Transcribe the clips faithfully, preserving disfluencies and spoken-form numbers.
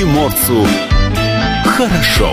приморцу хорошо.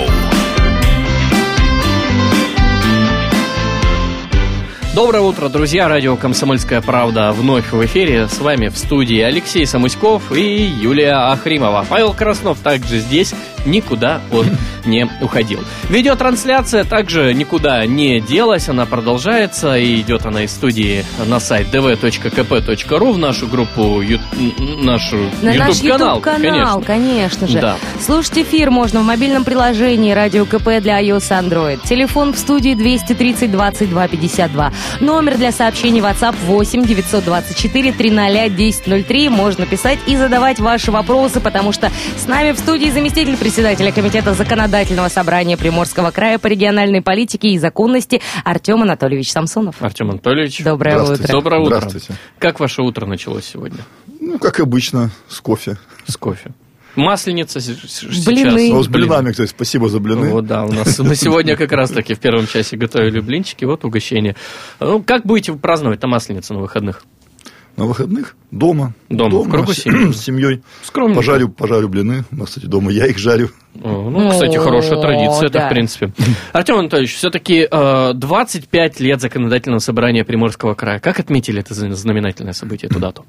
Доброе утро, друзья. Радио «Комсомольская правда» вновь в эфире. С вами в студии Алексей Самуськов и Юлия Ахримова. Павел Краснов также здесь, никуда он не уходил. Видеотрансляция также никуда не делась, она продолжается, и идет она из студии на сайт ди ви точка ка пэ точка ру, в нашу группу, ю, нашу на YouTube-канал, наш YouTube-канал, конечно, конечно же. Да. Слушать эфир можно в мобильном приложении «Радио КП» для iOS и Android. Телефон в студии двести тридцать двадцать два пятьдесят два. Номер для сообщений WhatsApp восемь девятьсот двадцать четыре триста десять ноль три. Можно писать и задавать ваши вопросы, потому что с нами в студии заместитель председателя Комитета законодательного собрания Приморского края по региональной политике и законности Артем Анатольевич Самсонов. Артем Анатольевич, доброе утро. Доброе утро. Здравствуйте. Как ваше утро началось сегодня? Ну, как обычно, с кофе. С кофе. Масленица сейчас. Блины. Ну, с блинами, кстати, спасибо за блины. Вот, да, у нас мы сегодня как раз-таки в первом часе готовили блинчики, вот угощение. Ну, как будете праздновать-то Масленицу на выходных? На выходных? Дома. Дома, дома в кругу семьи. С семьей. Скромненько. Пожарю, пожарю блины. У нас, кстати, дома я их жарю. О, ну, кстати, хорошая традиция, это, да. в принципе. Артем Анатольевич, все-таки двадцать пять лет законодательного собрания Приморского края. Как отметили это знаменательное событие, эту дату?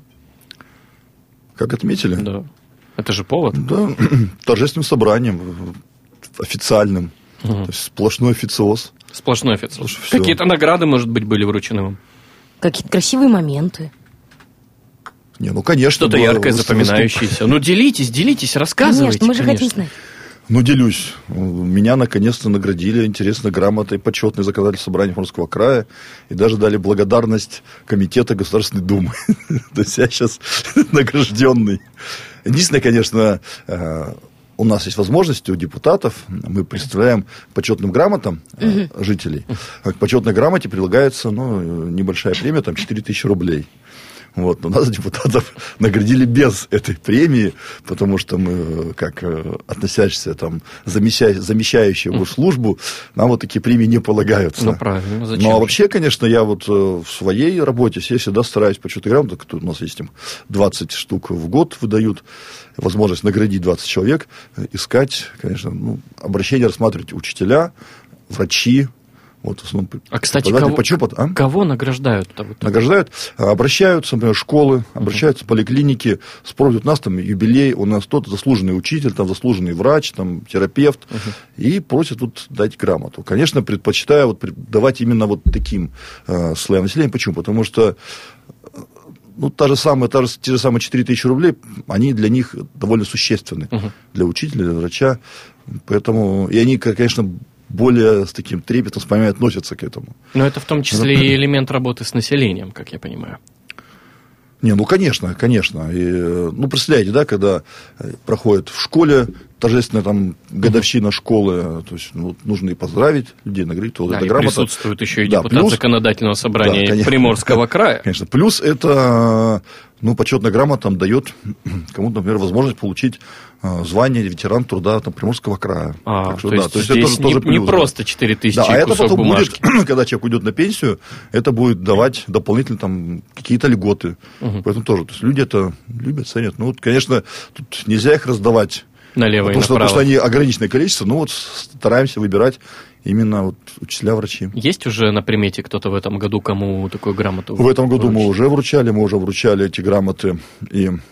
Как отметили? Да. Это же повод. Да, торжественным собранием, официальным. Угу. То есть сплошной официоз. Сплошной официоз. Все. Какие-то награды, может быть, были вручены вам? Какие-то красивые моменты. Не, ну, конечно. Что-то было, яркое, запоминающееся. Ну, делитесь, делитесь, рассказывайте. Конечно, мы же конечно. хотим знать. Ну, делюсь. Меня, наконец-то, наградили интересной грамотой почетной законодательного собрания Приморского края и даже дали благодарность Комитета Государственной Думы. То есть я сейчас награжденный. Единственное, конечно, у нас есть возможность у депутатов, мы представляем почетным грамотам жителей. К почетной грамоте прилагается ну, небольшая премия, там четыре тысячи рублей. Вот. Но нас, депутатов, наградили без этой премии, потому что мы, как относящиеся, там, замещающие, замещающие госслужбу, нам вот такие премии не полагаются. Ну, правильно. Зачем? Ну, а вообще, конечно, я вот в своей работе я всегда стараюсь почетные грамоты, у нас есть двадцать штук в год выдают, возможность наградить двадцать человек, искать, конечно, ну, обращения рассматривать учителя, врачи. Вот, в основном, а, кстати, кого, почему, а? кого награждают-то? Вот награждают, обращаются, например, школы, обращаются в поликлиники, спрашивают, у нас там юбилей, у нас тот заслуженный учитель, там заслуженный врач, там терапевт, uh-huh. и просят тут дать грамоту. Конечно, предпочитаю вот давать именно вот таким э, слоям населения. Почему? Потому что ну, та же самая, та же, те же самые четыре тысячи рублей, они для них довольно существенны, uh-huh. для учителя, для врача. Поэтому, и они, конечно, более с таким трепетом, с памятью относятся к этому. Но это в том числе и элемент работы с населением, как я понимаю. Не, ну, конечно, конечно. И, ну, представляете, да, когда проходит в школе торжественная там годовщина школы, то есть ну, нужно и поздравить людей, наградить. Да, это и грамота. Присутствует еще и да, депутат плюс, законодательного собрания да, Приморского края. Конечно. Плюс это, ну, почетная грамота там дает кому-то, например, возможность получить э, звание ветеран труда там, Приморского края. А, так что, то да, есть то есть здесь это тоже, тоже не, плюс, не просто четыре тысячи да, а кусок это потом бумажки. Будет, когда человек уйдет на пенсию, это будет давать дополнительно там какие-то льготы. Угу. Поэтому тоже. То есть люди это любят, ценят. Ну, вот, конечно, тут нельзя их раздавать. Налево потому и что, направо. Потому что они ограниченное количество, ну вот стараемся выбирать именно вот учителя, врачи. Есть уже на примете кто-то в этом году, кому такую грамоту В этом году вручили? мы уже вручали, мы уже вручали эти грамоты и э,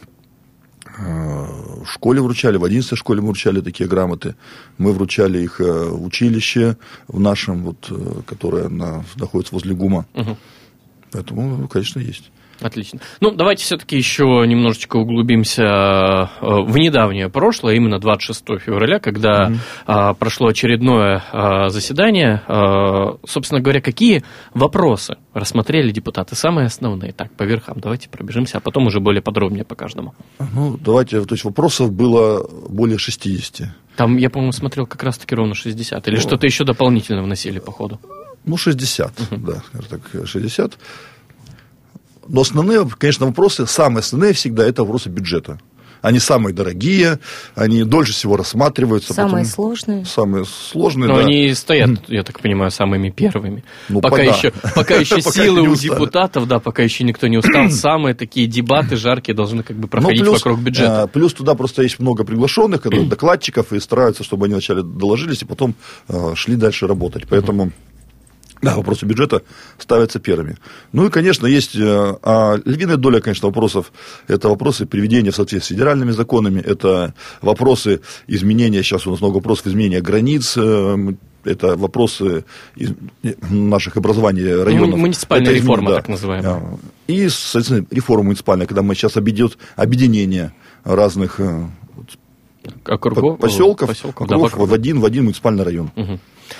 в школе вручали, в одиннадцатой школе мы вручали такие грамоты. Мы вручали их э, в училище в нашем, вот, э, которое на, находится возле ГУМа. Угу. Поэтому, конечно, есть. Отлично. Ну, давайте все-таки еще немножечко углубимся в недавнее прошлое, именно двадцать шестого февраля, когда mm-hmm. а, прошло очередное а, заседание. А, собственно говоря, какие вопросы рассмотрели депутаты? Самые основные. Так, по верхам давайте пробежимся, а потом уже более подробнее по каждому. Ну, давайте, то есть вопросов было более шестидесяти. Там, я, по-моему, смотрел как раз-таки ровно шестьдесят. Или oh. что-то еще дополнительно вносили по ходу? Ну, шестьдесят, uh-huh. да, скажем так, шестьдесят. Но основные, конечно, вопросы, самые основные всегда, это вопросы бюджета. Они самые дорогие, они дольше всего рассматриваются. Самые потом... сложные. Самые сложные, Но да. они стоят, я так понимаю, самыми первыми. Ну, пока, пока. еще, пока еще Пока силы не у устали. депутатов, да, пока еще никто не устал, самые такие дебаты жаркие должны как бы проходить Ну, плюс, вокруг бюджета. а, плюс туда просто есть много приглашенных, докладчиков, и стараются, чтобы они вначале доложились, и потом а, шли дальше работать. Поэтому... Да, вопросы бюджета ставятся первыми. Ну и, конечно, есть а львиная доля, конечно, вопросов. Это вопросы приведения в соответствии с федеральными законами, это вопросы изменения, сейчас у нас много вопросов изменения границ, это вопросы наших образований районов. Муниципальная это, реформа, да. так называемая. И, соответственно, реформа муниципальная, когда мы сейчас объедет объединение разных округов, поселков, поселков округов, да, в, один, в один муниципальный район. Угу.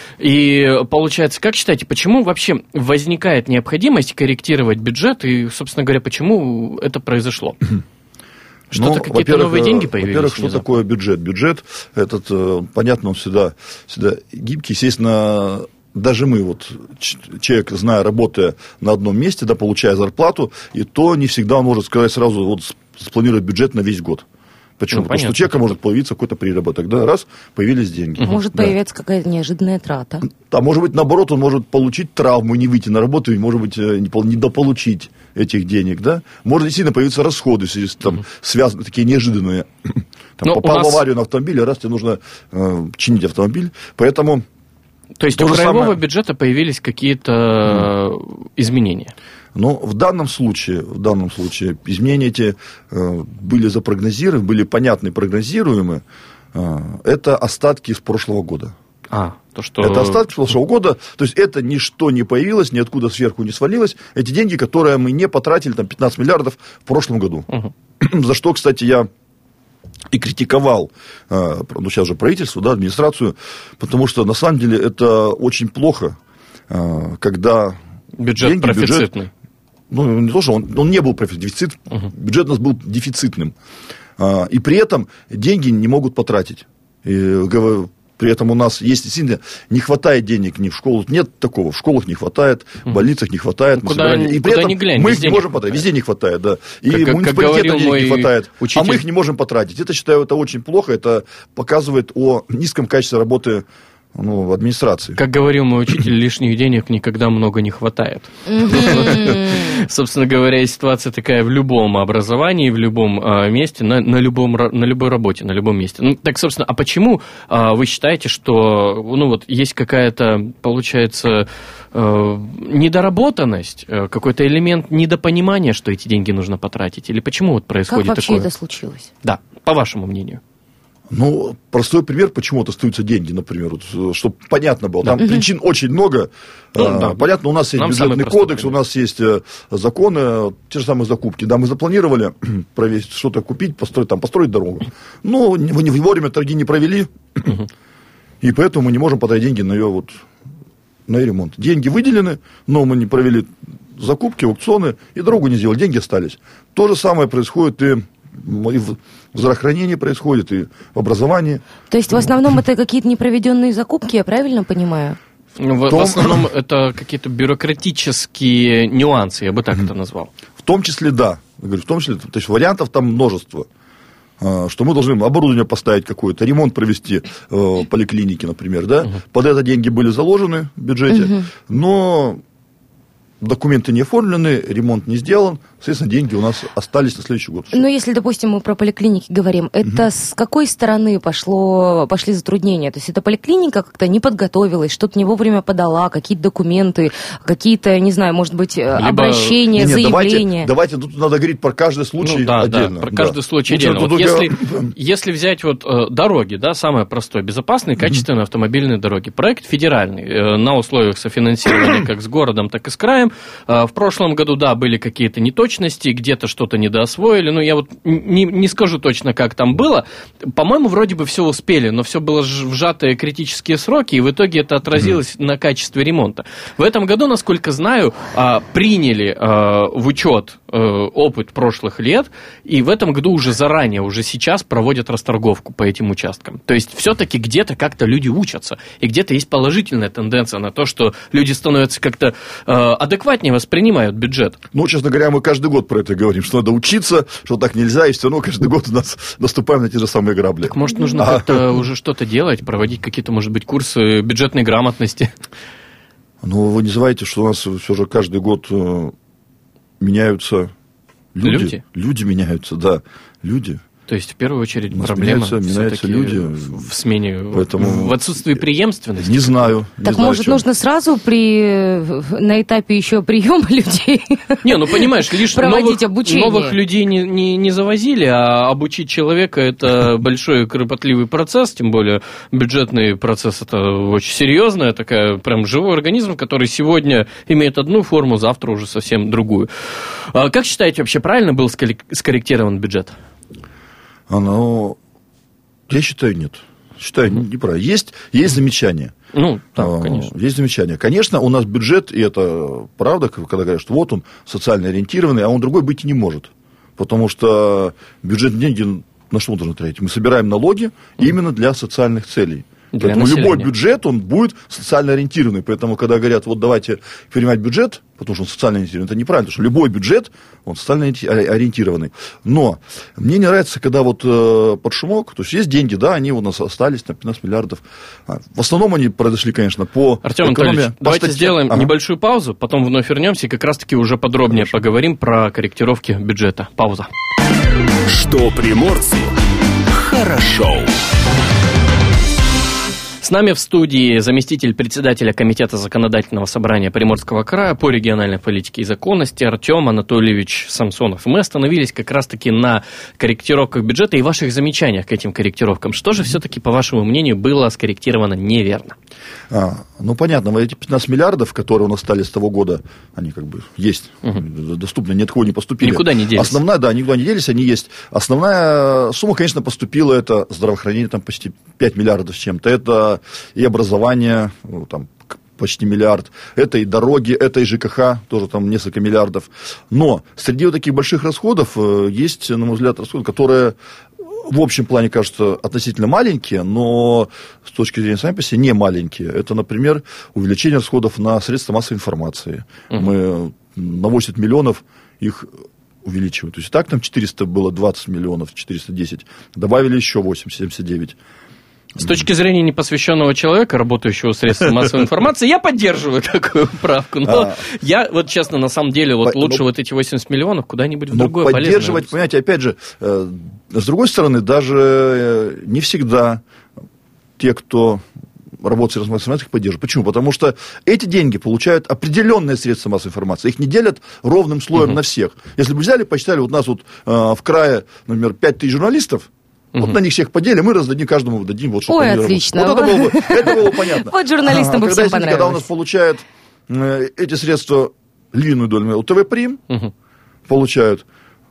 И получается, как считаете, почему вообще возникает необходимость корректировать бюджет и, собственно говоря, почему это произошло? Что-то, ну, какие-то новые деньги появились? Во-первых, что такое бюджет? Бюджет, этот, понятно, он всегда, всегда гибкий. Естественно, даже мы, вот, человек, зная, работая на одном месте, да, получая зарплату, и то не всегда он может сказать сразу, вот, спланировать бюджет на весь год. Почему? Ну, Потому понятно. что у человека может появиться какой-то приработок. Да, раз, появились деньги. Может да. появиться какая-то неожиданная трата. А может быть, наоборот, он может получить травму, не выйти на работу, и, может быть, недополучить этих денег. Да? Может действительно появиться расходы, там, связанные, такие неожиданные. Там, попал нас... в аварию на автомобиле, раз тебе нужно э, чинить автомобиль. Поэтому... То есть у краевого самое... бюджета появились какие-то mm. изменения? Но в данном случае, в данном случае изменения эти э, были запрогнозированы, были понятны, прогнозируемы. Э, это остатки из прошлого года. А, то, что... Это остатки прошлого года. То есть это ничто не появилось, ниоткуда сверху не свалилось. Эти деньги, которые мы не потратили, там пятнадцать миллиардов в прошлом году. Угу. За что, кстати, я и критиковал, э, ну сейчас же правительство, да, администрацию, потому что на самом деле это очень плохо, э, когда бюджет деньги, профицитный. Бюджет, ну, не то, что он, он не был профицит, uh-huh. бюджет у нас был дефицитным. А, и при этом деньги не могут потратить. И, при этом у нас есть действительно не хватает денег ни в школах, нет такого, в школах не хватает, в больницах не хватает. Куда, и при куда этом ни глянь, мы их не можем потратить, везде не хватает, да. И как, муниципалитетам денег не хватает, учитель... а мы их не можем потратить. Это, считаю, это очень плохо, это показывает о низком качестве работы, ну, в администрации. Как говорил мой учитель, лишних денег никогда много не хватает. Собственно говоря, ситуация такая в любом образовании, в любом месте, на любом, на любой работе, на любом месте. Ну, так, собственно, а почему вы считаете, что, ну, вот есть какая-то, получается, недоработанность, какой-то элемент недопонимания, что эти деньги нужно потратить? Или почему вот происходит такое? Как вообще это случилось? Да, по вашему мнению. Ну, простой пример, почему остаются деньги, например, вот, чтобы понятно было. Там да. причин очень много. Ну, а, да. Понятно, у нас есть Нам бюджетный кодекс, пример. У нас есть законы, те же самые закупки. Да, мы запланировали провести, что-то купить, построить, там, построить дорогу. Но вы не вовремя торги не провели, uh-huh. и поэтому мы не можем потратить деньги на ее, вот, на ее ремонт. Деньги выделены, но мы не провели закупки, аукционы, и дорогу не сделали, деньги остались. То же самое происходит и в здравоохранении происходит, и в образовании. То есть, в основном, это какие-то непроведенные закупки, я правильно понимаю? Ну, в, том... в основном, это какие-то бюрократические нюансы, я бы так mm-hmm. это назвал. В том числе, да. Я говорю, в том числе, то есть, вариантов там множество. Что мы должны оборудование поставить какое-то, ремонт провести в поликлинике, например, да. Mm-hmm. Под это деньги были заложены в бюджете, mm-hmm. но... Документы не оформлены, ремонт не сделан, соответственно, деньги у нас остались на следующий год. Ну, если, допустим, мы про поликлиники говорим, это угу. с какой стороны пошло, пошли затруднения? То есть, эта поликлиника как-то не подготовилась, что-то не вовремя подала, какие-то документы, какие-то, не знаю, может быть, либо... обращения, не, не, заявления? Давайте, давайте тут надо говорить про каждый случай ну, да, отдельно. Да, про каждый да. случай ну, отдельно. Вот если, если взять вот э, дороги, да, самое простое, безопасные, качественные автомобильные дороги. Проект федеральный, э, на условиях софинансирования как с городом, так и с краем. В прошлом году, да, были какие-то неточности, где-то что-то недоосвоили, но я вот не, не скажу точно, как там было. По-моему, вроде бы все успели, но все было в сжатые критические сроки, и в итоге это отразилось mm-hmm. на качестве ремонта. В этом году, насколько знаю, приняли в учет э, опыт прошлых лет, и в этом году уже заранее, уже сейчас проводят расторговку по этим участкам. То есть все-таки где-то как-то люди учатся, и где-то есть положительная тенденция на то, что люди становятся как-то э, адекватнее воспринимают бюджет. Ну, честно говоря, мы каждый год про это говорим, что надо учиться, что так нельзя, и все равно каждый год у нас наступаем на те же самые грабли. Так может нужно а... как-то уже что-то делать, проводить какие-то, может быть, курсы бюджетной грамотности? Ну, вы не забывайте, что у нас все же каждый год э, меняются люди. Люди? Люди меняются, да, люди. То есть, в первую очередь, проблема меняются, меняются люди в смене, поэтому... в отсутствии преемственности. Не знаю. Не так, знаю, может, нужно сразу при... на этапе еще приема людей Не, ну, понимаешь, лишь проводить новых, обучение. Новых людей не, не, не завозили, а обучить человека – это большой кропотливый процесс, тем более бюджетный процесс – это очень серьезная такая, прям живой организм, который сегодня имеет одну форму, завтра уже совсем другую. А как считаете, вообще правильно был скорректирован бюджет? Оно, я считаю, нет. Считаю, mm-hmm. неправильно. Есть, есть замечания. Ну, да, конечно. Есть замечания. Конечно, у нас бюджет, и это правда, когда говорят, что вот он социально ориентированный, а он другой быть и не может. Потому что бюджетные деньги на что он должен тратить? Мы собираем налоги mm-hmm. именно для социальных целей. Для Поэтому населения. Любой бюджет, он будет социально ориентированный. Поэтому, когда говорят, вот давайте принимать бюджет, потому что он социально ориентированный, это неправильно, потому что любой бюджет, он социально ориентированный. Но мне не нравится, когда вот э, под шумок, то есть есть деньги, да, они у нас остались, на пятнадцать миллиардов. В основном они произошли, конечно, по Артем экономии. Анатольевич, давайте статье. сделаем ага. небольшую паузу, потом вновь вернемся и как раз-таки уже подробнее Хорошо. поговорим про корректировки бюджета. Пауза. Что приморцу хорошо. С нами в студии заместитель председателя Комитета законодательного собрания Приморского края по региональной политике и законности Артем Анатольевич Самсонов. Мы остановились как раз-таки на корректировках бюджета и ваших замечаниях к этим корректировкам. Что же все-таки, по вашему мнению, было скорректировано неверно? А, ну, понятно, эти пятнадцать миллиардов, которые у нас стали с того года, они как бы есть, угу. доступны, ни от кого не поступили. Никуда не делись. Основная, да, никуда не делись, они есть. Основная сумма, конечно, поступила, это здравоохранение, там почти пять миллиардов с чем-то, это и образование, ну, там, почти миллиард, это и дороги, это и ЖКХ, тоже там несколько миллиардов. Но среди вот таких больших расходов есть, на мой взгляд, расходы, которые в общем плане кажутся относительно маленькие, но с точки зрения сами по себе не маленькие. Это, например, увеличение расходов на средства массовой информации. Uh-huh. Мы на восемьдесят миллионов их увеличиваем. То есть так там четыреста было двадцать миллионов, четыреста десять. Добавили еще восемь, семьдесят девять. С точки зрения непосвященного человека, работающего в средствах массовой информации, я поддерживаю такую правку. Но а, я, вот честно, на самом деле, вот по, лучше но, вот эти восемьдесят миллионов куда-нибудь в другое полезное. Поддерживать, понимаете, опять же, э, с другой стороны, даже э, не всегда те, кто работает с средствами массовой информации, их поддерживают. Почему? Потому что эти деньги получают определенные средства массовой информации. Их не делят ровным слоем uh-huh. на всех. Если бы взяли, посчитали, вот у нас вот э, в крае, например, пять тысяч журналистов, вот угу. на них всех поделим, мы раздадим, каждому дадим, вот, чтобы Ой, они отлично. Вот это было бы, это было понятно. Вот журналистам бы всем понравилось. Когда у нас получают э, эти средства львиную долю, у ТВ-Прим угу. получают,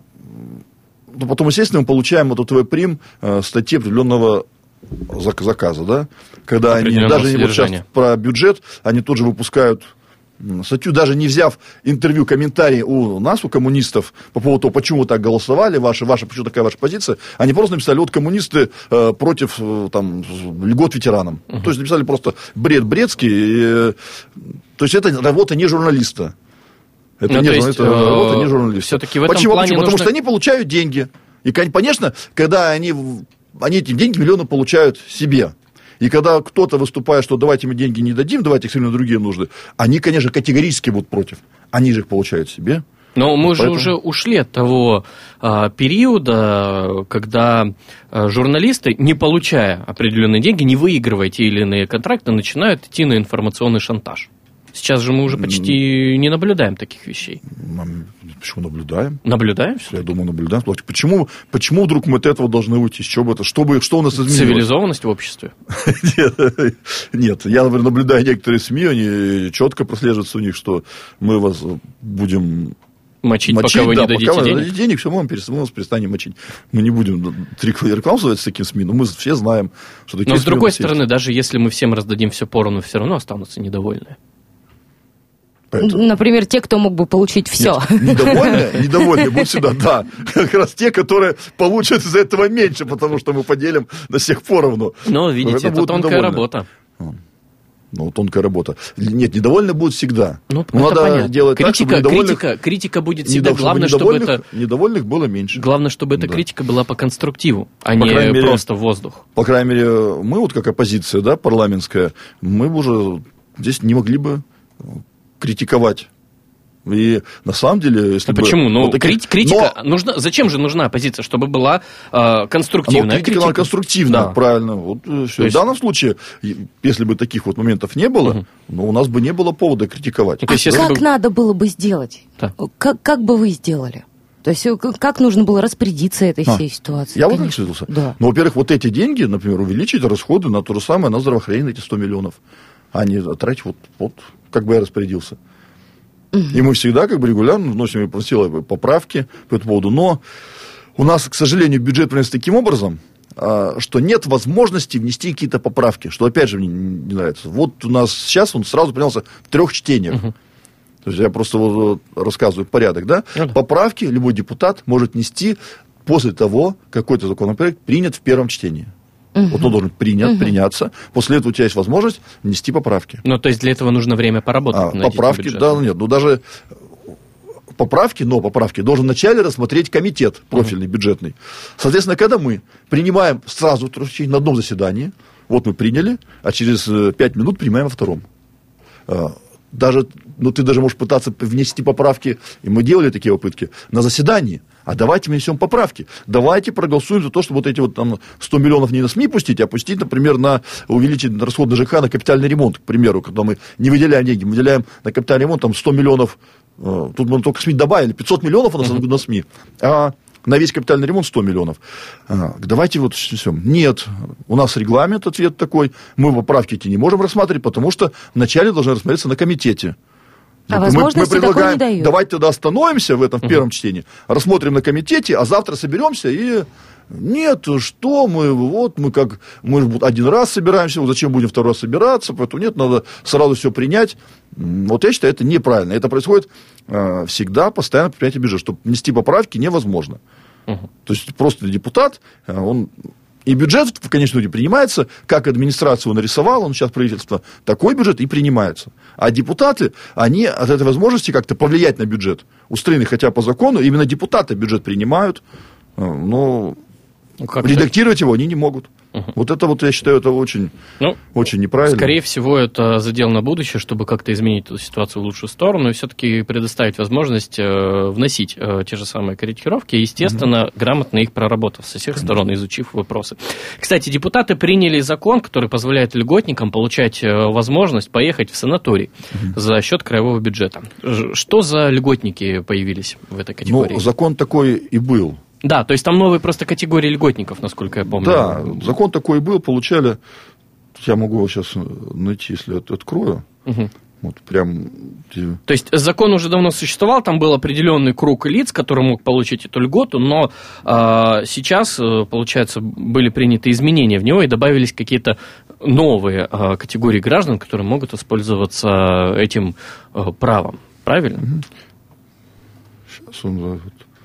то потом, естественно, мы получаем вот у ТВ-Прим э, статьи определенного заказа, да, когда они, даже не вот сейчас про бюджет, они тут же выпускают статью, даже не взяв интервью, комментарии у нас, у коммунистов, по поводу того, почему вы так голосовали, ваша, ваша, почему такая ваша позиция, они просто написали, вот коммунисты э, против э, там, льгот ветеранам. Uh-huh. То есть написали просто бред бредский. И, то есть это работа не журналиста. Это, ну, не, есть, это э, работа не журналиста. Все-таки в этом почему? плане почему? нужно... Потому что они получают деньги. И, конечно, когда они, они эти деньги миллионы получают себе. И когда кто-то выступает, что давайте мы деньги не дадим, давайте их сильно другие нужды, они, конечно, категорически будут против. Они же их получают себе. Но мы Поэтому... же уже ушли от того а, периода, когда а, журналисты, не получая определенные деньги, не выигрывая те или иные контракты, начинают идти на информационный шантаж. Сейчас же мы уже почти не наблюдаем таких вещей. Почему наблюдаем? Наблюдаем? Я думаю, наблюдаем. Почему, почему вдруг мы от этого должны уйти? С чего это? Что, бы, что у нас изменилось? Цивилизованность в обществе? Нет, нет, я, например, наблюдаю некоторые СМИ, они четко прослеживаются у них, что мы вас будем... Мочить, мочить, пока вы да, не дадите пока денег? Дадите денег, все, мы, мы вас перестанем мочить. Мы не будем рекламу с таким СМИ, но мы все знаем, что такие Но с другой стороны, есть. Даже если мы всем раздадим все поровну, все равно останутся недовольные. Поэтому... Например, те, кто мог бы получить все. Нет, недовольные, недовольные будут всегда, да. Как раз те, которые получат из-за этого меньше, потому что мы поделим на всех поровну. Но, видите, это, это тонкая работа. Ну, тонкая работа. Нет, недовольны будут всегда. Ну, надо понятно. Делать критика, так, чтобы критика, критика будет всегда. Недов... Главное, чтобы, чтобы это... Недовольных было меньше. Главное, чтобы эта да. критика была по конструктиву, а по не мере, просто в воздух. По крайней мере, мы вот как оппозиция, да, парламентская, мы бы уже здесь не могли бы критиковать. И на самом деле, если а бы... Почему? Ну, вот таких... критика... Но... Нужна... Зачем же нужна оппозиция? Чтобы была э, конструктивная но критика. критика. Конструктивная, да. Правильно. Вот, все. Есть... В данном случае, если бы таких вот моментов не было, угу. ну, у нас бы не было повода критиковать. А то есть, как бы... надо было бы сделать? Да. Как, как бы вы сделали? То есть, как нужно было распорядиться этой а, всей ситуацией? Я вот распорядился. Да. Ну, во-первых, вот эти деньги, например, увеличить расходы на то же самое, на здравоохранение, эти сто миллионов, а не тратить вот, вот как бы я распорядился. И мы всегда как бы регулярно вносим поправки по этому поводу. Но у нас, к сожалению, бюджет принят таким образом, что нет возможности внести какие-то поправки, что, опять же, мне не нравится. Вот у нас сейчас он сразу принялся в трех чтениях. Угу. То есть я просто вот рассказываю порядок, да? Угу. Поправки любой депутат может нести после того, какой-то законопроект принят в первом чтении. Угу. Вот он должен принят, угу. приняться. После этого у тебя есть возможность внести поправки. Ну, то есть для этого нужно время поработать. А, над поправки, этим да, нет. Ну, даже поправки, но поправки должен вначале рассмотреть комитет профильный, угу. бюджетный. Соответственно, когда мы принимаем сразу на одном заседании, вот мы приняли, а через пять минут принимаем во втором. Даже, ну, ты даже можешь пытаться внести поправки, и мы делали такие попытки, на заседании. А давайте мы внесем поправки. Давайте проголосуем за то, чтобы вот эти вот там сто миллионов не на СМИ пустить, а пустить, например, на увеличить расход на ЖКХ, на капитальный ремонт, к примеру, когда мы не выделяем деньги, мы выделяем на капитальный ремонт там сто миллионов, э, тут мы только СМИ добавили, пятьсот миллионов у нас uh-huh. на СМИ, а на весь капитальный ремонт сто миллионов. А, давайте вот все. Нет, у нас регламент, ответ такой, мы поправки эти не можем рассматривать, потому что вначале должны рассмотреться на комитете. А возможности мы, мы такой не дают. Давайте тогда остановимся в этом в первом uh-huh. чтении, рассмотрим на комитете, а завтра соберемся и... Нет, что мы, вот мы как, мы один раз собираемся, вот зачем будем второй раз собираться, поэтому нет, надо сразу все принять. Вот я считаю, это неправильно. Это происходит э, всегда, постоянно при принятии бюджета, чтобы внести поправки невозможно. Uh-huh. То есть просто депутат, он... И бюджет в конечном итоге принимается, как администрацию нарисовал, он сейчас правительство, такой бюджет и принимается. А депутаты, они от этой возможности как-то повлиять на бюджет устроены, хотя по закону именно депутаты бюджет принимают, но ну, редактировать его они не могут. Угу. Вот это вот, я считаю, это очень, ну, очень неправильно. Скорее всего, это задел на будущее, чтобы как-то изменить эту ситуацию в лучшую сторону и все-таки предоставить возможность э, вносить э, те же самые корректировки, и, естественно, угу. грамотно их проработав со всех Конечно. сторон, изучив вопросы. Кстати, депутаты приняли закон, который позволяет льготникам получать э, возможность поехать в санаторий угу. за счет краевого бюджета. Что за льготники появились в этой категории? Ну, закон такой и был. Да, то есть там новые просто категории льготников, насколько я помню. Да, закон такой был, получали, я могу его сейчас найти, если открою, угу. вот прям... То есть закон уже давно существовал, там был определенный круг лиц, который мог получить эту льготу, но а, сейчас, получается, были приняты изменения в него и добавились какие-то новые а, категории граждан, которые могут воспользоваться этим а, правом, правильно? Угу. Сейчас он...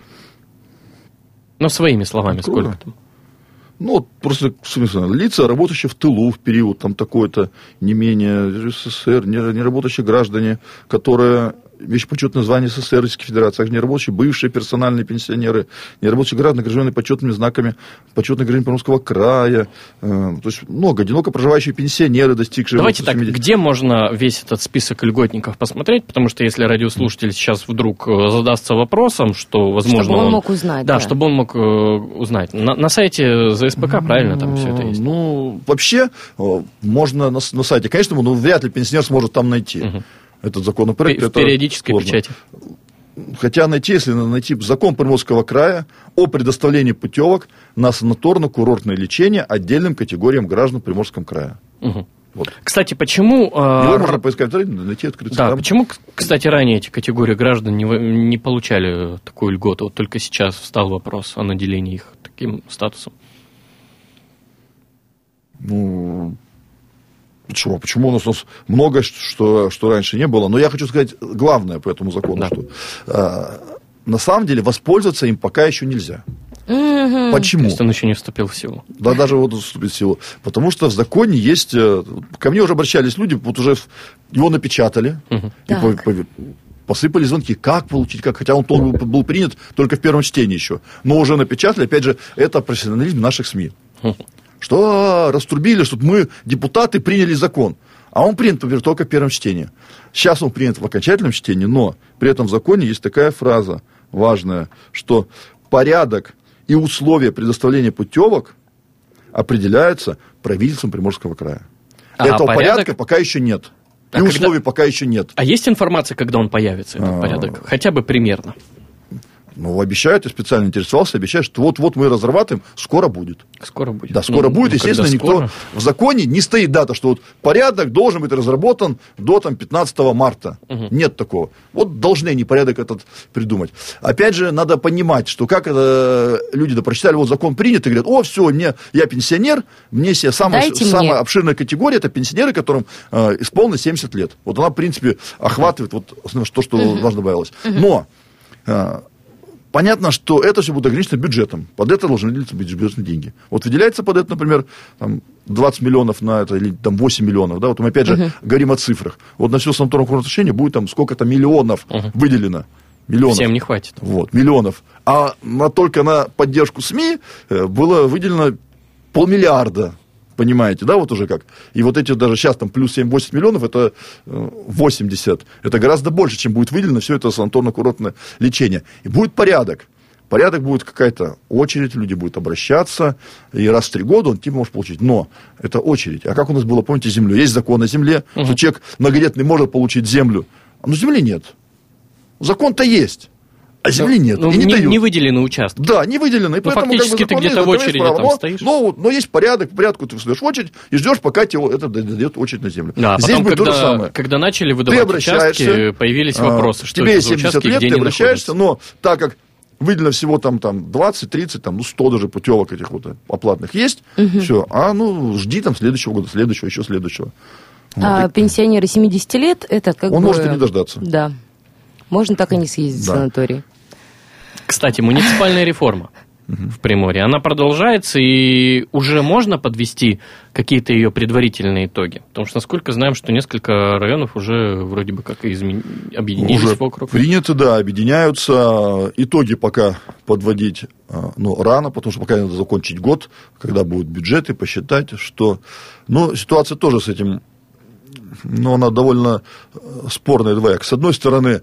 Ну, своими словами, Открою. Сколько там? Ну, вот просто, в смысле, лица, работающие в тылу в период там такой-то, не менее СССР, не, не работающие граждане, которые... Вещь почетное звание СССР, Российской Федерации, также неработающие бывшие персональные пенсионеры, неработающие граждане, награжденные почетными знаками, почетные граждане Приморского края, э, то есть много, одиноко проживающие пенсионеры, достигшие... Давайте так, семидесяти... где можно весь этот список льготников посмотреть, потому что если радиослушатель сейчас вдруг задастся вопросом, что, возможно... Чтобы он, он мог узнать. Да, да. чтобы он мог э, узнать. На, на сайте ЗСПК, правильно, там все это есть? Ну, вообще, можно на, на сайте, конечно, но вряд ли пенсионер сможет там найти. Угу. Этот законопроект. В периодической сложно. Печати. Хотя найти, если найти закон Приморского края о предоставлении путевок на санаторно-курортное лечение отдельным категориям граждан в Приморском крае. Угу. Вот. Кстати, почему... Его э, можно поискать, найти, открыть. Да, почему, кстати, ранее эти категории граждан не, не получали такую льготу? Вот только сейчас встал вопрос о наделении их таким статусом. Ну... Почему? Почему у нас, у нас много, что, что раньше не было? Но я хочу сказать главное по этому закону, да. что а, на самом деле воспользоваться им пока еще нельзя. Mm-hmm. Почему? То есть он еще не вступил в силу. Да, даже вот вступит в силу. Потому что в законе есть... Ко мне уже обращались люди, вот уже его напечатали, mm-hmm. и по, по, посыпали звонки, как получить, как, хотя он был, был принят только в первом чтении еще. Но уже напечатали, опять же, это профессионализм наших СМИ. Mm-hmm. Что раструбили, что мы, депутаты, приняли закон. А он принят, например, только в первом чтении. Сейчас он принят в окончательном чтении, но при этом в законе есть такая фраза важная, что порядок и условия предоставления путевок определяются правительством Приморского края. А Этого порядок... порядка пока еще нет. И а условий когда... пока еще нет. А есть информация, когда он появится, этот а... порядок? Хотя бы примерно. Ну, обещают, я специально интересовался, обещают, что вот-вот мы разрабатываем, скоро будет. Скоро будет. Да, скоро ну, будет. Ну, естественно, никто скоро? В законе не стоит дата, что вот порядок должен быть разработан до там, пятнадцатого марта. Угу. Нет такого. Вот должны они порядок этот придумать. Опять же, надо понимать, что как это люди да, прочитали, вот закон принят, и говорят, о, все, мне, я пенсионер, мне все, самая, самая обширная категория, это пенсионеры, которым э, исполнилось семьдесят лет. Вот она, в принципе, охватывает вот, то, что угу. важно добавилось. Угу. Но... Э, понятно, что это все будет ограничено бюджетом. Под это должны выделиться бюджетные деньги. Вот выделяется под это, например, там, двадцать миллионов на это, или там, восемь миллионов. Да? Вот мы опять же uh-huh. говорим о цифрах. Вот на все санаторное отношение будет там сколько-то миллионов uh-huh. выделено. Миллионов. Всем не хватит. Вот, миллионов. А на, только на поддержку СМИ было выделено полмиллиарда. Понимаете, да, вот уже как. И вот эти даже сейчас там плюс семь-восемь миллионов, это восемьдесят. Это гораздо больше, чем будет выделено все это санаторно-курортное лечение. И будет порядок. Порядок будет какая-то очередь, люди будут обращаться, и раз в три года он типа может получить. Но это очередь. А как у нас было, помните, землю? Есть закон о земле, угу. что человек многодетный может получить землю. Но земли нет. Закон-то есть. А земли нет. Ну, и не, не, дают. не выделены участки. Да, не выделены. И ну, поэтому, фактически как бы, ты где-то в очереди там но, стоишь. Но, но есть порядок. В порядку ты встаешь в очередь и ждешь, пока тебе это дадет очередь на землю. Да, Здесь потом, будет когда, то же самое. Когда начали выдавать участки, появились вопросы, что тебе это за семьдесят участки, лет, где ты они обращаешься, находятся. но так как выделено всего там, там двадцать, тридцать, там, ну, сто даже путевок этих вот оплатных есть, угу. все, а ну жди там следующего года, следующего, еще следующего. А вот. Пенсионеры семидесяти лет, это как Он бы... может и не дождаться. Да. Можно так и не съездить да. в санаторий. Кстати, муниципальная реформа в Приморье, она продолжается, и уже можно подвести какие-то ее предварительные итоги? Потому что, насколько знаем, что несколько районов уже вроде бы как измен... объединились уже в округ. Приняты, да, объединяются. Итоги пока подводить ну, рано, потому что пока надо закончить год, когда будут бюджеты, посчитать, что... Ну, ситуация тоже с этим, ну, она довольно спорная, двояк. С одной стороны,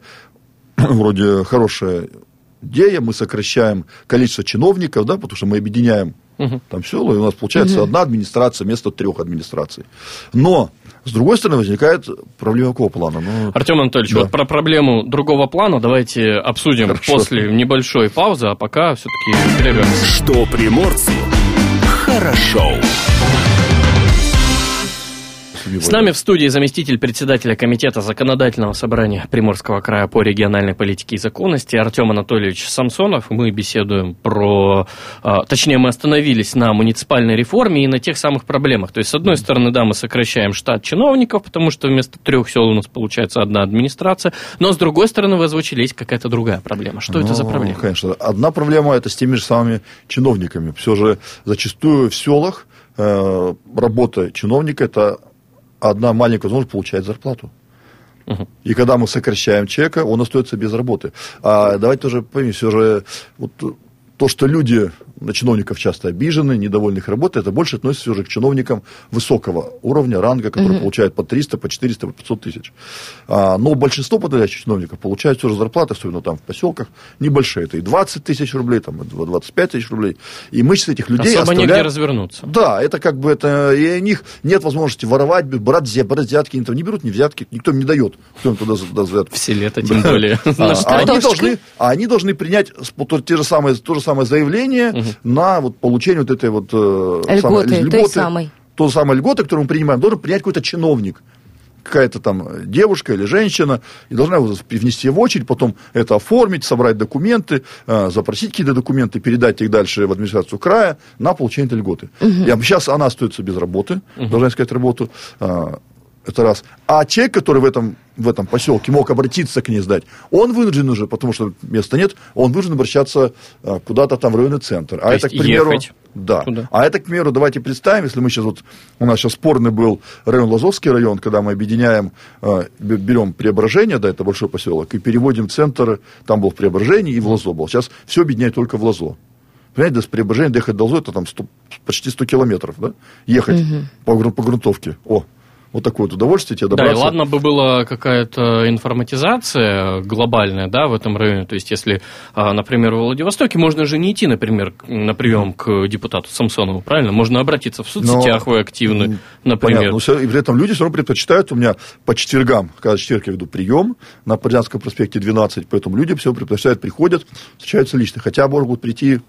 вроде хорошая идея, мы сокращаем количество чиновников, да, потому что мы объединяем угу. там все, и у нас получается угу. одна администрация вместо трех администраций. Но, с другой стороны, возникает проблема какого плана? Ну, Артем Анатольевич, да. вот про проблему другого плана давайте обсудим Хорошо. После небольшой паузы, а пока все-таки прервемся. Что приморцу хорошо. С нами в студии заместитель председателя Комитета Законодательного собрания Приморского края по региональной политике и законности Артем Анатольевич Самсонов. Мы беседуем про... Точнее, мы остановились на муниципальной реформе и на тех самых проблемах. То есть, с одной стороны, да, мы сокращаем штат чиновников, потому что вместо трех сел у нас получается одна администрация. Но, с другой стороны, вы озвучили, есть какая-то другая проблема. Что ну, это за проблема? Конечно. Одна проблема – это с теми же самыми чиновниками. Все же зачастую в селах э, работа чиновника – это одна маленькая возможность получать зарплату. Uh-huh. И когда мы сокращаем человека, он остается без работы. А давайте тоже поймем, все же вот то, что люди на чиновников часто обижены, недовольны их работой, это больше относится уже к чиновникам высокого уровня, ранга, которые uh-huh. получают по триста, по четыреста, по пятьсот тысяч. А, но большинство подходящих чиновников получают все же зарплаты, особенно там в поселках, небольшие. Это и двадцать тысяч рублей, там, и двадцать пять тысяч рублей. И мы с этих людей особо оставляем... негде развернуться. Да, это как бы это... И у них нет возможности воровать, брать, брать взятки. Они там не берут ни взятки, никто им не дает. Кто им туда даст взятки? В селе-то тем более. А они должны принять те же самые, то же самое заявление на вот получение вот этой вот льготы, самой, льготы, той самой. То же самое льготы, которую мы принимаем, должен принять какой-то чиновник. какая-то там девушка или женщина, и должна его внести в очередь, потом это оформить, собрать документы, запросить какие-то документы, передать их дальше в администрацию края на получение этой льготы. Угу. И сейчас она остается без работы, угу. должна искать работу. Это раз. А человек, который в этом, в этом поселке мог обратиться к ней сдать, он вынужден уже, потому что места нет, он вынужден обращаться а, куда-то там в районный центр. А То это, есть к примеру, ехать да. туда. А это, к примеру, давайте представим, если мы сейчас вот, у нас сейчас спорный был район Лазовский район, когда мы объединяем, а, берем Преображение, да, это большой поселок, и переводим центр, там был в Преображении и в Лазо был. Сейчас все объединяет только в Лазо. Понимаете, до Преображения доехать до Лазо, это там сто, почти сто километров, да, ехать угу. по, по грунтовке. О, вот такое вот удовольствие тебе добраться. Да, и ладно бы была какая-то информатизация глобальная, да, в этом районе. То есть, если, например, в Владивостоке можно же не идти, например, на прием к депутату Самсонову, правильно? Можно обратиться в соцсетях, но, вы активны, например. Понятно, но все, и при этом люди все равно предпочитают, у меня по четвергам, когда четверг я веду прием на Партизанском проспекте двенадцать, поэтому люди все предпочитают, приходят, встречаются лично. Хотя могут прийти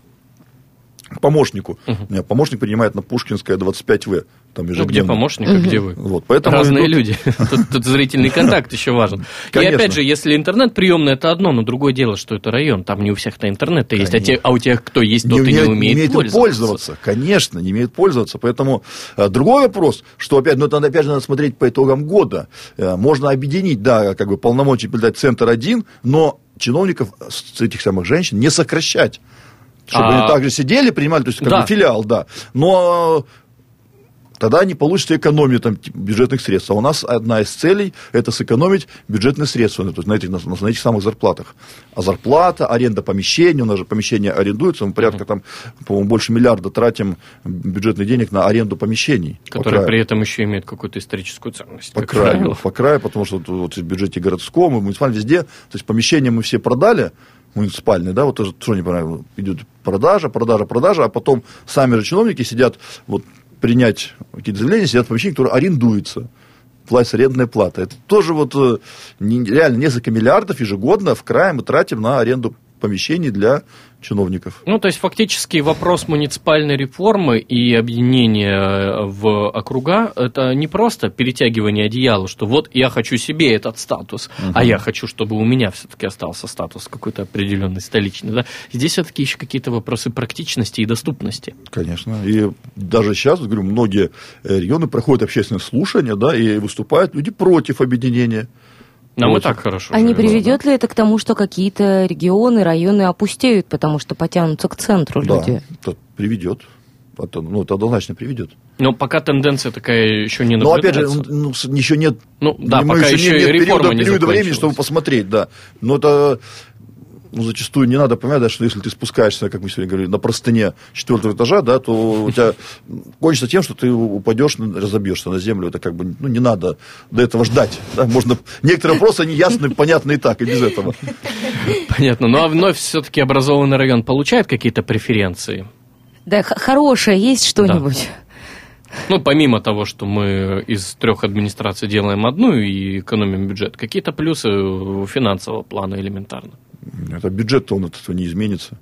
к помощнику. Uh-huh. У меня помощник принимает на Пушкинская двадцать пять вэ. Там ну, где помощник, uh-huh. а где вы? Вот, поэтому разные идут... люди. Тут, тут зрительный контакт еще важен. И опять же, если интернет-приемный, это одно, но другое дело, что это район. Там не у всех-то интернет есть, а, те, а у тех, кто есть, тот и не умеет, не умеет пользоваться. пользоваться. Конечно, не умеет пользоваться. Поэтому а, другой вопрос, что опять, ну, это опять же надо смотреть по итогам года. А, можно объединить, да, как бы полномочия передать центр один, но чиновников с этих самых женщин не сокращать. Чтобы а... они также сидели, принимали, то есть как да. бы филиал, да. Но тогда не получится экономия там, бюджетных средств. А у нас одна из целей – это сэкономить бюджетные средства, то есть на этих, на, на этих самых зарплатах. А зарплата, аренда помещения, у нас же помещения арендуются, мы порядка там, по-моему, больше миллиарда тратим бюджетных денег на аренду помещений. Которые при этом еще имеют какую-то историческую ценность. По краю, по краю, потому что вот, в бюджете городском, и муниципальном везде, то есть помещения мы все продали, муниципальные, да, вот тоже, что не понравилось, идет продажа, продажа, продажа, а потом сами же чиновники сидят, вот, принять какие-то заявления, сидят в помещении, которое арендуется, платится арендная плата. Это тоже вот не, реально несколько миллиардов ежегодно в крае мы тратим на аренду помещений для чиновников. Ну, то есть, фактически вопрос муниципальной реформы и объединения в округа – это не просто перетягивание одеяла, что вот я хочу себе этот статус, угу. а я хочу, чтобы у меня все-таки остался статус какой-то определенный, столичный. Да? Здесь все-таки еще какие-то вопросы практичности и доступности. Конечно. И даже сейчас, говорю, многие регионы проходят общественные слушания, да, и выступают люди против объединения. Нам вот. И так хорошо. А не живем, приведет да? ли это к тому, что какие-то регионы, районы опустеют, потому что потянутся к центру да, люди? Да, это приведет. Это, ну, это однозначно приведет. Но пока тенденция такая еще не наблюдается. наблюдается. Но опять же, ну, еще нет, ну, да, пока еще, еще нет и реформа периода, не периода времени, чтобы посмотреть. Да. Но это... Ну, зачастую не надо понимать, да, что если ты спускаешься, как мы сегодня говорили, на простыне четвертого этажа, да, то у тебя кончится тем, что ты упадешь, разобьешься на землю. Это как бы, ну, не надо до этого ждать. Да? Можно... Некоторые вопросы, они ясны, понятны и так, и без этого. Понятно. Ну, а вновь все-таки образованный район получает какие-то преференции? Да, хорошее есть что-нибудь? Да. Ну, помимо того, что мы из трех администраций делаем одну и экономим бюджет, какие-то плюсы финансового плана элементарно? Это бюджет-то он от этого не изменится.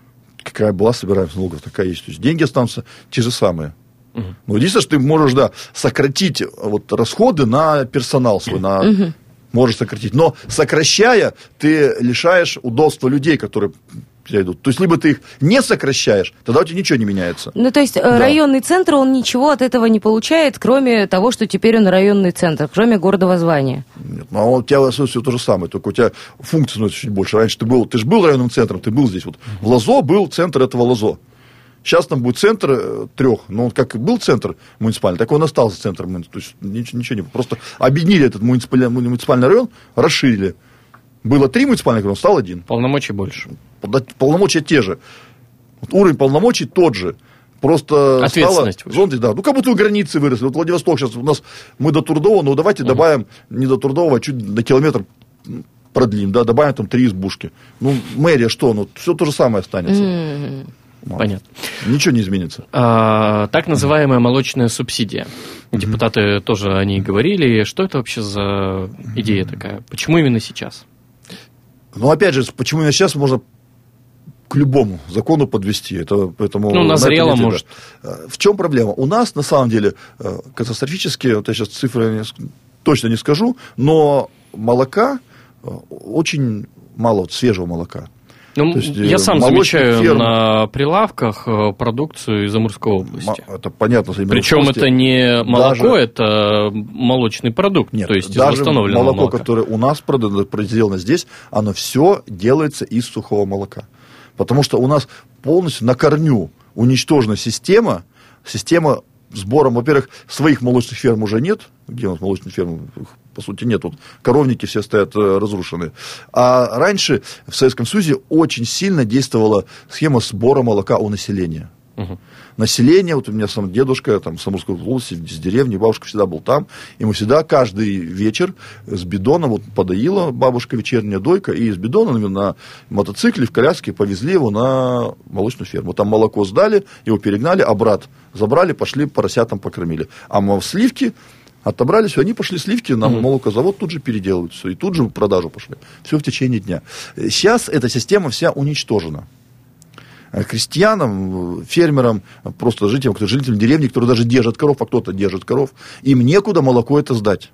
Какая была собираемость налогов, такая есть. То есть деньги останутся те же самые. Uh-huh. Но единственное, что ты можешь, да, сократить вот, расходы на персонал свой, на... Uh-huh. можешь сократить. Но сокращая, ты лишаешь удобства людей, которые идут. То есть, либо ты их не сокращаешь, тогда у тебя ничего не меняется. Ну, то есть, да. районный центр, он ничего от этого не получает, кроме того, что теперь он районный центр, кроме гордого звания. Нет, ну, а у тебя все то же самое, только у тебя функций становится чуть больше. Раньше ты был, ты же был районным центром, ты был здесь. Вот. В Лазо был центр этого Лазо. Сейчас там будет центр трех. Но он как и был центр муниципальный, так он остался центром. То есть, ничего, ничего не... Просто объединили этот муниципальный, муниципальный район, расширили. Было три муниципальных района, стал один. Полномочий больше. Полномочия те же. Вот уровень полномочий тот же. Просто ответственность стало... Зонды, да. Ну, как будто у границы выросли. Вот Владивосток сейчас у нас... Мы до Трудового, но давайте угу. добавим не до Трудового, а чуть на километр продлим. Да, добавим там три избушки. Ну, мэрия что? Ну, все то же самое останется. Mm-hmm. Вот. Понятно. Ничего не изменится. А, так называемая молочная субсидия. Mm-hmm. Депутаты тоже о ней говорили. Что это вообще за идея mm-hmm. такая? Почему именно сейчас? Ну, опять же, почему именно сейчас можно к любому закону подвести. Это, поэтому, ну, назрело, на может. В чем проблема? У нас, на самом деле, катастрофически, вот я сейчас цифры точно не скажу, но молока очень мало, вот, свежего молока. Ну, есть, я сам замечаю ферм... на прилавках продукцию из Амурской области. Это понятно. Причем это не молоко, даже... это молочный продукт. Нет, то есть даже из восстановленного молоко, молока. которое у нас произведено здесь, оно все делается из сухого молока. Потому что у нас полностью на корню уничтожена система, система сбора, во-первых, своих молочных ферм уже нет. Где у нас молочные фермы? По сути, нет. Вот коровники все стоят разрушенные. А раньше в Советском Союзе очень сильно действовала схема сбора молока у населения. Угу. Население, вот у меня сам дедушка, там, в Амурской области, из деревни, бабушка всегда был там, и мы всегда каждый вечер с бидона, вот подоила бабушка вечерняя дойка, и из бидона на мотоцикле, в коляске повезли его на молочную ферму. Там молоко сдали, его перегнали, а брат забрали, пошли поросятам покормили. А мы в сливки отобрали все, они пошли сливки, на mm-hmm. молокозавод тут же переделывают все, и тут же в продажу пошли. Все в течение дня. Сейчас эта система вся уничтожена. Крестьянам, фермерам, просто жителям, кто жителям деревни, которые даже держат коров, а кто-то держит коров, им некуда молоко это сдать.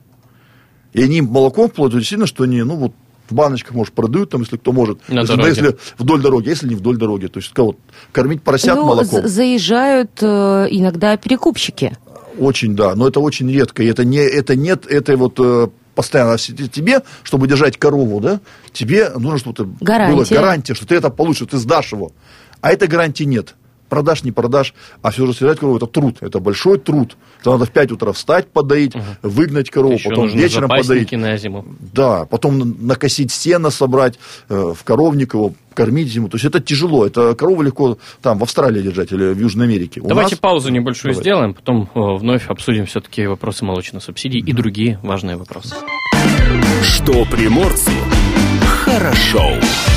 И они молоко вплоть до сильно, что они, ну вот, в баночках, может, продают, там, если кто может, если, да, если вдоль дороги, если не вдоль дороги. То есть, вот, кормить поросят ну, молоком. Заезжают э, иногда перекупщики. Очень, да, но это очень редко. И это, не, это нет этой вот э, постоянно тебе, чтобы держать корову, да, тебе нужно, чтобы гарантия. Была гарантия, что ты это получишь, что ты сдашь его. А этой гарантии нет. Продашь, не продашь, а все же содержать корову, это труд, это большой труд. Это надо в пять утра встать, подоить, угу. выгнать корову, еще потом вечером подоить. На зиму. Да, потом накосить сено, собрать, э, в коровник его, кормить зиму. То есть это тяжело, это корову легко там в Австралии держать или в Южной Америке. У Давайте нас... паузу небольшую Давай. сделаем, потом э, вновь обсудим все-таки вопросы молочных субсидий и другие важные вопросы. Что приморцу хорошо.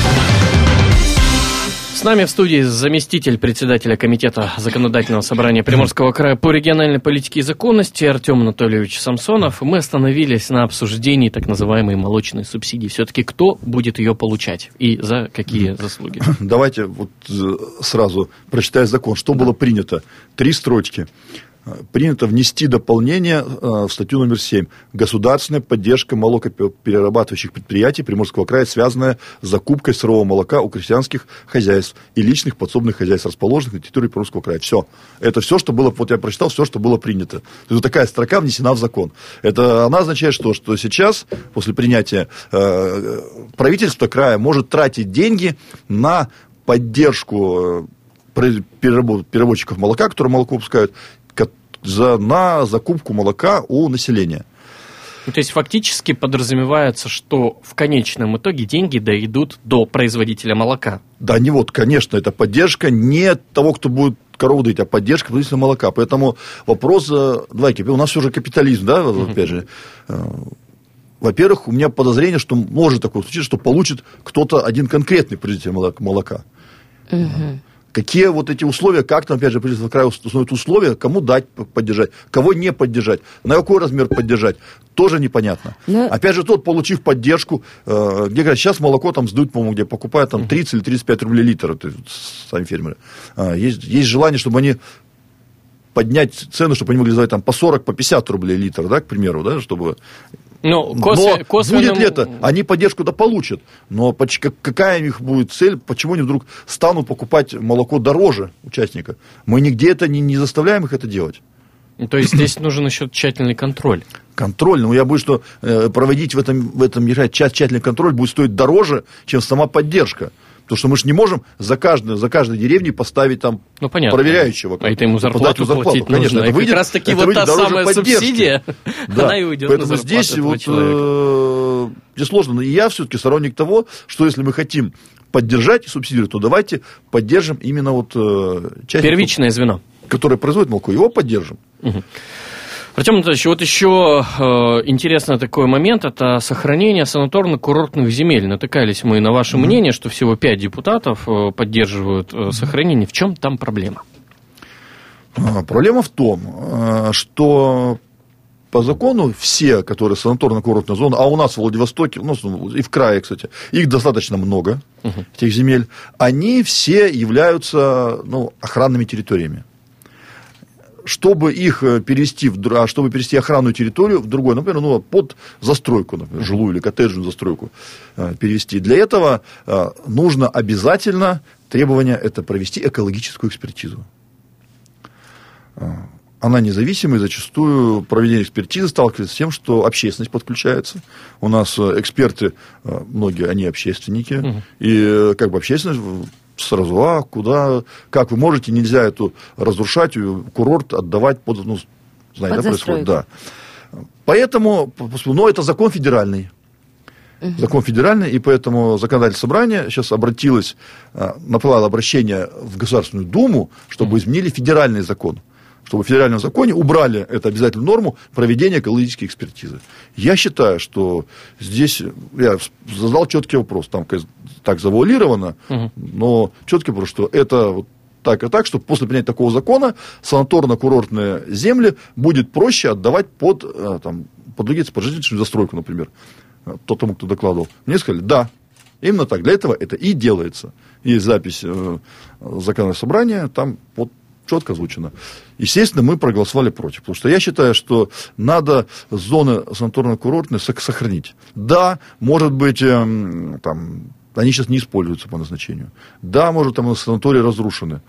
С нами в студии заместитель председателя комитета Законодательного собрания Приморского края по региональной политике и законности Артем Анатольевич Самсонов. Мы остановились на обсуждении так называемой молочной субсидии. Все-таки кто будет ее получать и за какие заслуги? Давайте вот сразу прочитаю закон. Что было принято? Три строчки. Принято внести дополнение в статью номер семь. Государственная поддержка молокоперерабатывающих предприятий Приморского края, связанная с закупкой сырого молока у крестьянских хозяйств и личных подсобных хозяйств, расположенных на территории Приморского края. Все. Это все, что было, вот я прочитал, все, что было принято. То есть такая строка внесена в закон. Это она означает что? Что сейчас, после принятия, правительство края может тратить деньги на поддержку переработчиков молока, которые молоко выпускают, За, на закупку молока у населения. То есть фактически подразумевается, что в конечном итоге деньги дойдут до производителя молока. Да, не вот, конечно, это поддержка не того, кто будет корову доить, а поддержка производителя молока. Поэтому вопрос, давайте, у нас все же капитализм, да, uh-huh. опять же. Во-первых, у меня подозрение, что может такое случиться, что получит кто-то один конкретный производитель молока. Uh-huh. Какие вот эти условия, как там, опять же, правительство края установит условия, кому дать поддержать, кого не поддержать, на какой размер поддержать, тоже непонятно. Но... Опять же, тот, получив поддержку, э, где говорят, сейчас молоко там сдают, по-моему, где покупают там тридцать или тридцать пять рублей литр, это сами фермеры. А, есть, есть желание, чтобы они поднять цену, чтобы они могли сдавать там по сорок, по пятьдесят рублей литр, да, к примеру, да, чтобы... Ну, косвен, но косвенным... будет ли это? Они поддержку-то получат. Но какая у них будет цель? Почему они вдруг станут покупать молоко дороже участника? Мы нигде это не, не заставляем их это делать. То есть здесь нужен еще тщательный контроль. Контроль. Ну, я боюсь, что э, проводить в этом, в этом тщательный контроль будет стоить дороже, чем сама поддержка. Потому что мы же не можем за каждой, за каждой деревней поставить там ну, проверяющего. А это ему зарплату, зарплату платить конечно, нужно. Это выйдет, как раз таки вот та самая поддержки. Субсидия, да. она и уйдет Поэтому на здесь вот, э, здесь сложно. Но и я все-таки сторонник того, что если мы хотим поддержать и субсидировать, то давайте поддержим именно вот э, часть... Первичное звено. Которое производит молоко, его поддержим. Угу. Артем Анатольевич, вот еще э, интересный такой момент, это сохранение санаторно-курортных земель. Натыкались мы на ваше mm-hmm. мнение, что всего пять депутатов э, поддерживают э, сохранение. В чем там проблема? А, проблема в том, э, что по закону все, которые санаторно-курортная зона, а у нас в Владивостоке, ну, и в крае, кстати, их достаточно много, uh-huh. этих земель, они все являются ну, охранными территориями. чтобы их перевести, в, чтобы перевести охранную территорию в другой, например, ну, под застройку, например, жилую или коттеджную застройку перевести. Для этого нужно обязательно требование это провести экологическую экспертизу. Она независимая, и зачастую проведение экспертизы сталкивается с тем, что общественность подключается. У нас эксперты, многие, они общественники, угу. и как бы общественность сразу, а куда, как вы можете, нельзя эту разрушать, курорт отдавать под, ну, знаете, да, происходит, да. Поэтому, но это закон федеральный. Угу. Закон федеральный, и поэтому законодательное собрание сейчас обратилось, направило обращение в Государственную Думу, чтобы угу. изменили федеральный закон. Чтобы в федеральном законе убрали эту обязательную норму проведения экологической экспертизы. Я считаю, что здесь я задал четкий вопрос, там так завуалировано, угу. но четкий вопрос, что это вот так и так, что после принятия такого закона санаторно-курортные земли будет проще отдавать под, там, под другие пожизненную застройку, например. Тот, тому, кто докладывал. Мне сказали, да, именно так, для этого это и делается. Есть запись э, законодательного собрания, там под четко озвучено. Естественно, мы проголосовали против. Потому что я считаю, что надо зоны санаторно-курортные сохранить. Да, может быть, эм, там, они сейчас не используются по назначению. Да, может, там санатории разрушены.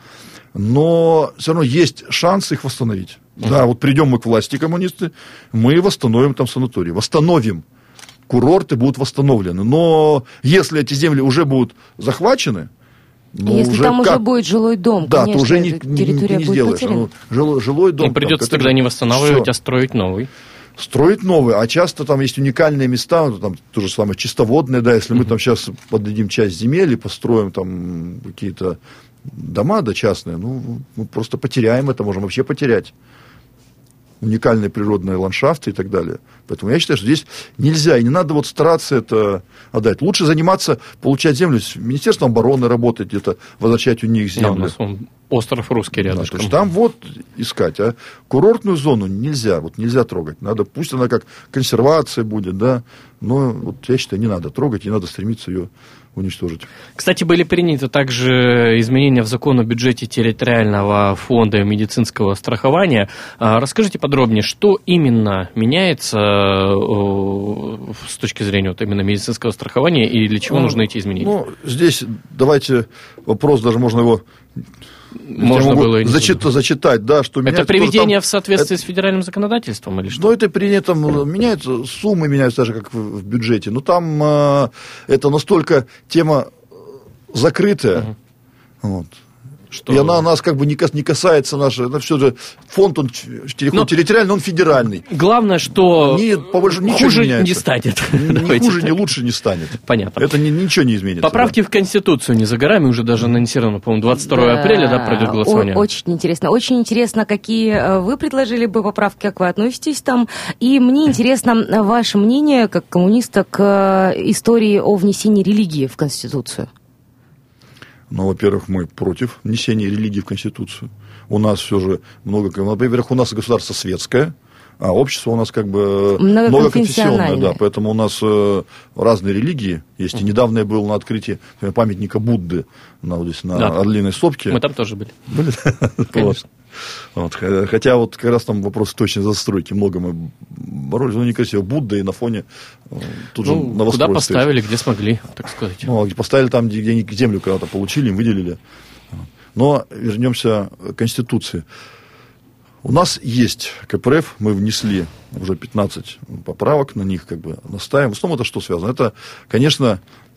Но все равно есть шанс их восстановить. Uh-huh. Да, вот придем мы к власти, коммунисты, мы восстановим там санатории. Восстановим. Курорты будут восстановлены. Но если эти земли уже будут захвачены, ну, если уже там как... уже будет жилой дом, да, конечно, то уже не, территория не, не будет сделаешь. потеряна. Ну, жилой, жилой дом. И придется там, тогда не восстанавливать, все. а строить новый. Строить новый. А часто там есть уникальные места, там то же самое чистоводные, да, если uh-huh. мы там сейчас поддадим часть земель и построим там какие-то дома, да, частные, ну, мы просто потеряем это, можем вообще потерять. Уникальные природные ландшафты и так далее. Поэтому я считаю, что здесь нельзя и не надо вот стараться это отдать. Лучше заниматься, получать землю, с Министерством обороны работать, где-то возвращать у них землю. Да, у нас он остров русский рядом. Да, то есть там вот искать. А курортную зону нельзя, вот нельзя трогать. Надо, пусть она как консервация будет, да, но вот я считаю, не надо трогать, не надо стремиться ее уничтожить. Кстати, были приняты также изменения в закон о бюджете территориального фонда медицинского страхования. Расскажите подробнее, что именно меняется с точки зрения вот именно медицинского страхования и для чего ну, нужны эти изменения? Ну, здесь давайте вопрос, даже можно его... Можно было и зачит, зачитать, да, что это приведение там, в соответствии это, с федеральным законодательством или что? Ну, это приведение, там меняются, суммы меняются даже как в, в бюджете, но там э, это настолько тема закрытая, угу. вот. Что... И она нас как бы не касается нашей, это все же фонд, он но... территориальный, он федеральный. Главное, что не, по большому, хуже не, не станет. Ни хуже, ни лучше не станет. Понятно. Это ни, ничего не изменится. Поправки да. в Конституцию не за горами, уже даже анонсировано, по-моему, двадцать второго апреля, да, пройдет голосование. Очень интересно. Очень интересно, какие вы предложили бы поправки, как вы относитесь там. И мне интересно ваше мнение, как коммуниста, к истории о внесении религии в Конституцию. Ну, во-первых, мы против внесения религии в Конституцию. У нас все же много... Во-первых, у нас государство светское, а общество у нас как бы многоконфессионное. Да, поэтому у нас э, разные религии есть. И недавно я был на открытии памятника Будды на, вот здесь, на да. Орлиной сопке. Мы там тоже были. Были? Конечно. Вот. Хотя вот как раз там вопрос точной застройки. Много мы боролись. Ну, некрасиво. Будда и на фоне тут ну, же новострой. Куда поставили, стоит. Где смогли, так сказать. Ну, поставили там, где, где они землю когда-то получили, им выделили. Но вернемся к Конституции. У нас есть ка пэ эр эф, мы внесли уже пятнадцать поправок на них, как бы настаиваем. В основном это что связано? Это, конечно,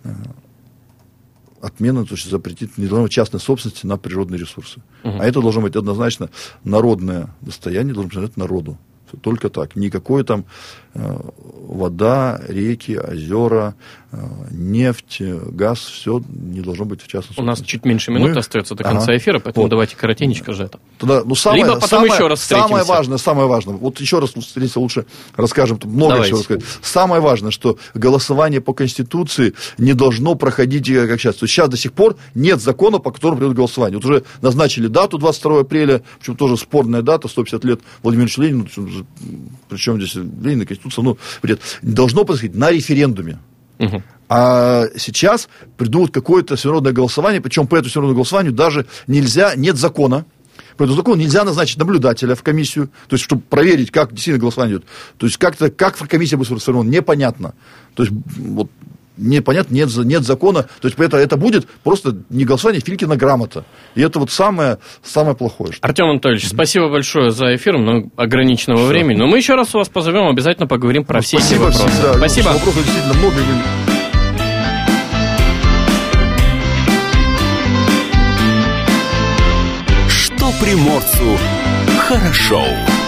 отмена, то есть запретить не должно быть частной собственности на природные ресурсы. Uh-huh. А это должно быть однозначно народное достояние, должно быть народу. Только так. Никакой там э, вода, реки, озера, э, нефть, газ, все не должно быть в частности. У нас чуть меньше минуты Мы... остается до конца ага. эфира, поэтому вот. Давайте коротенько же это. Тогда, ну, самое, Либо потом самое, еще раз встретимся. Самое важное, самое важное, вот еще раз встретимся, лучше расскажем, тут много Давайте. Еще рассказать. Самое важное, что голосование по Конституции не должно проходить, как сейчас. То есть сейчас до сих пор нет закона, по которому придет голосование. Вот уже назначили дату двадцать второго апреля, причем тоже спорная дата, сто пятьдесят лет Владимиру Ильичу Ленину, причем здесь Ленин и Конституция, ну, должно происходить на референдуме. Угу. А сейчас придумают какое-то всенародное голосование, причем по этому всенародному голосованию даже нельзя, нет закона, По этому закону нельзя назначить наблюдателя в комиссию, то есть, чтобы проверить, как действительно голосование идет. То есть, как-то, как комиссия будет сформирована, непонятно. То есть, вот, непонятно, нет, нет закона. То есть, это, это будет просто не голосование, а Филькина грамота. И это вот самое, самое плохое. Что... Артем Анатольевич, mm-hmm. спасибо большое за эфир, но ограниченного Все. времени. Но мы еще раз вас позовем, обязательно поговорим про ну, все эти вопросы. Всегда. Спасибо. Вопросов действительно много. Что приморцу хорошо.